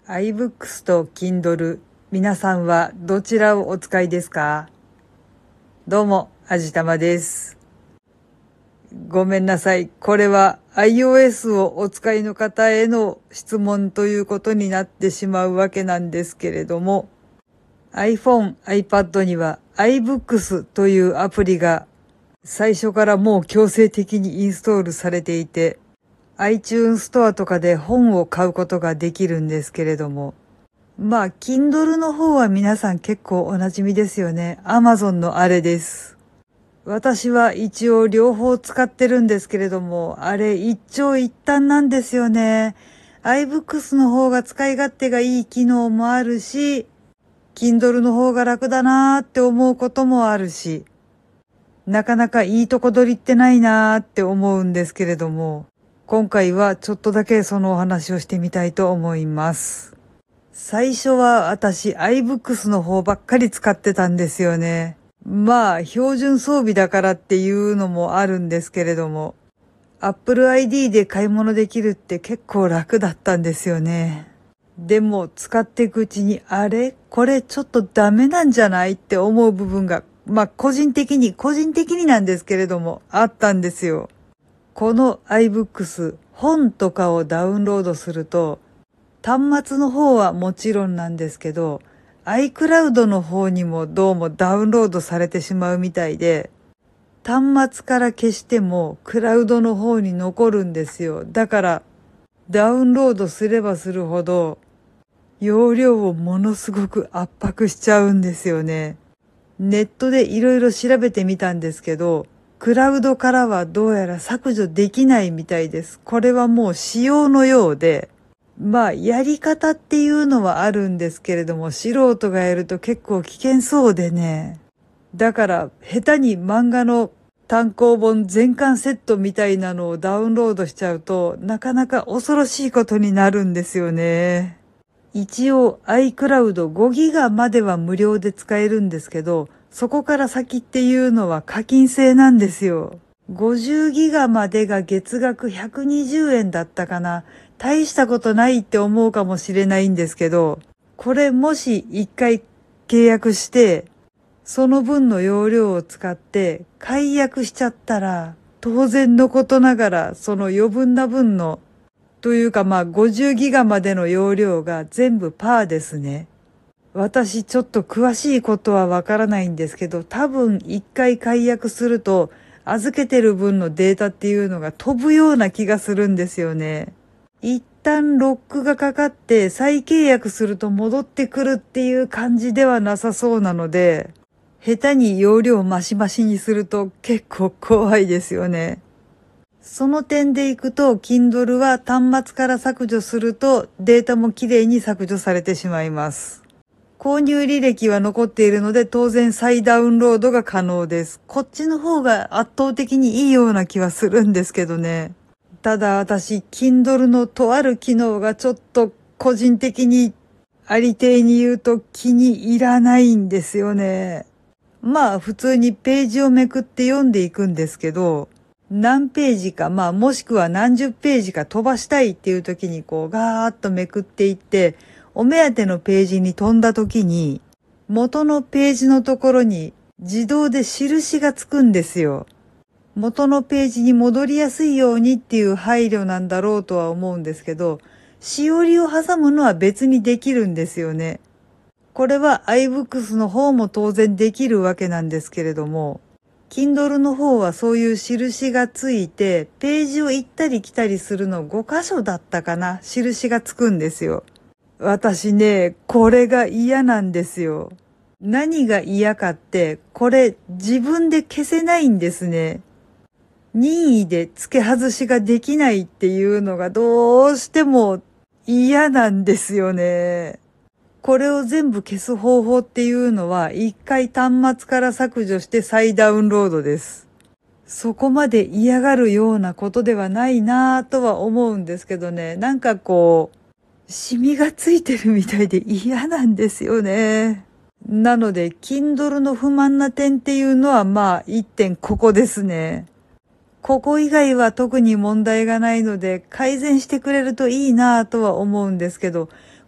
iBooks と Kindle、皆さんはどちらをお使いですか？どうも、あじたまです。ごめんなさい。これは iOS をお使いの方への質問ということになってしまうわけなんですけれども、iPhone、iPad には iBooks というアプリが最初からもう強制的にインストールされていて、iTunes ストアとかで本を買うことができるんですけれども、Kindle の方は皆さん結構お馴染みですよね。Amazon のあれです。私は一応両方使ってるんですけれども、あれ一長一短なんですよね。iBooks の方が使い勝手がいい機能もあるし、Kindle の方が楽だなーって思うこともあるし、なかなかいいとこ取りってないなーって思うんですけれども、今回はちょっとだけそのお話をしてみたいと思います。最初は私 iBooks の方ばっかり使ってたんですよね。標準装備だからっていうのもあるんですけれども、Apple ID で買い物できるって結構楽だったんですよね。でも使っていくうちに、あれこれちょっとダメなんじゃないって思う部分が、個人的になんですけれども、あったんですよ。この iBooks、本とかをダウンロードすると、端末の方はもちろんなんですけど、iCloud の方にもどうもダウンロードされてしまうみたいで、端末から消してもクラウドの方に残るんですよ。だから、ダウンロードすればするほど、容量をものすごく圧迫しちゃうんですよね。ネットでいろいろ調べてみたんですけど、クラウドからはどうやら削除できないみたいです。これはもう仕様のようで、やり方っていうのはあるんですけれども、素人がやると結構危険そうでね。だから、下手に漫画の単行本全巻セットみたいなのをダウンロードしちゃうと、なかなか恐ろしいことになるんですよね。一応 iCloud 5ギガまでは無料で使えるんですけど、そこから先っていうのは課金制なんですよ。50ギガまでが月額120円だったかな。大したことないって思うかもしれないんですけど、これもし一回契約して、その分の容量を使って解約しちゃったら、当然のことながらその余分な分のというか50ギガまでの容量が全部パーですね。私ちょっと詳しいことはわからないんですけど、多分一回解約すると預けてる分のデータっていうのが飛ぶような気がするんですよね。一旦ロックがかかって再契約すると戻ってくるっていう感じではなさそうなので、下手に容量マシマシにすると結構怖いですよね。その点でいくと、Kindle は端末から削除するとデータもきれいに削除されてしまいます。購入履歴は残っているので当然再ダウンロードが可能です。こっちの方が圧倒的にいいような気はするんですけどね。ただ私、Kindle のとある機能がちょっと個人的にありていに言うと気に入らないんですよね。普通にページをめくって読んでいくんですけど、何ページか、もしくは何十ページか飛ばしたいっていう時にガーッとめくっていって、お目当てのページに飛んだ時に、元のページのところに自動で印がつくんですよ。元のページに戻りやすいようにっていう配慮なんだろうとは思うんですけど、しおりを挟むのは別にできるんですよね。これは iBooks の方も当然できるわけなんですけれども、Kindle の方はそういう印がついて、ページを行ったり来たりするの5箇所だったかな、印がつくんですよ。私ね、これが嫌なんですよ。何が嫌かって、これ自分で消せないんですね。任意で付け外しができないっていうのがどうしても嫌なんですよね。これを全部消す方法っていうのは、一回端末から削除して再ダウンロードです。そこまで嫌がるようなことではないなぁとは思うんですけどね。シミがついてるみたいで嫌なんですよね。なので、Kindle の不満な点っていうのは一点ここですね。ここ以外は特に問題がないので、改善してくれるといいなぁとは思うんですけど、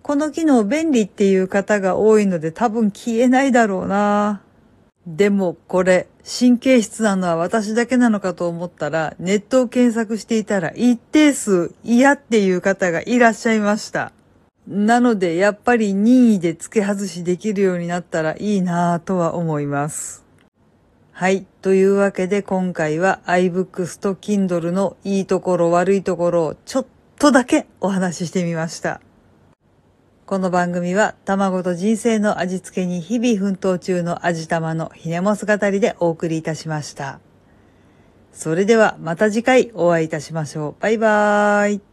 この機能便利っていう方が多いので多分消えないだろうな。でもこれ神経質なのは私だけなのかと思ったら、ネットを検索していたら一定数嫌っていう方がいらっしゃいました。なのでやっぱり任意で付け外しできるようになったらいいなぁとは思います。はい。というわけで今回は iBooks と Kindle のいいところ悪いところをちょっとだけお話ししてみました。この番組は卵と人生の味付けに日々奮闘中の味玉のひねもす語りでお送りいたしました。それではまた次回お会いいたしましょう。バイバーイ。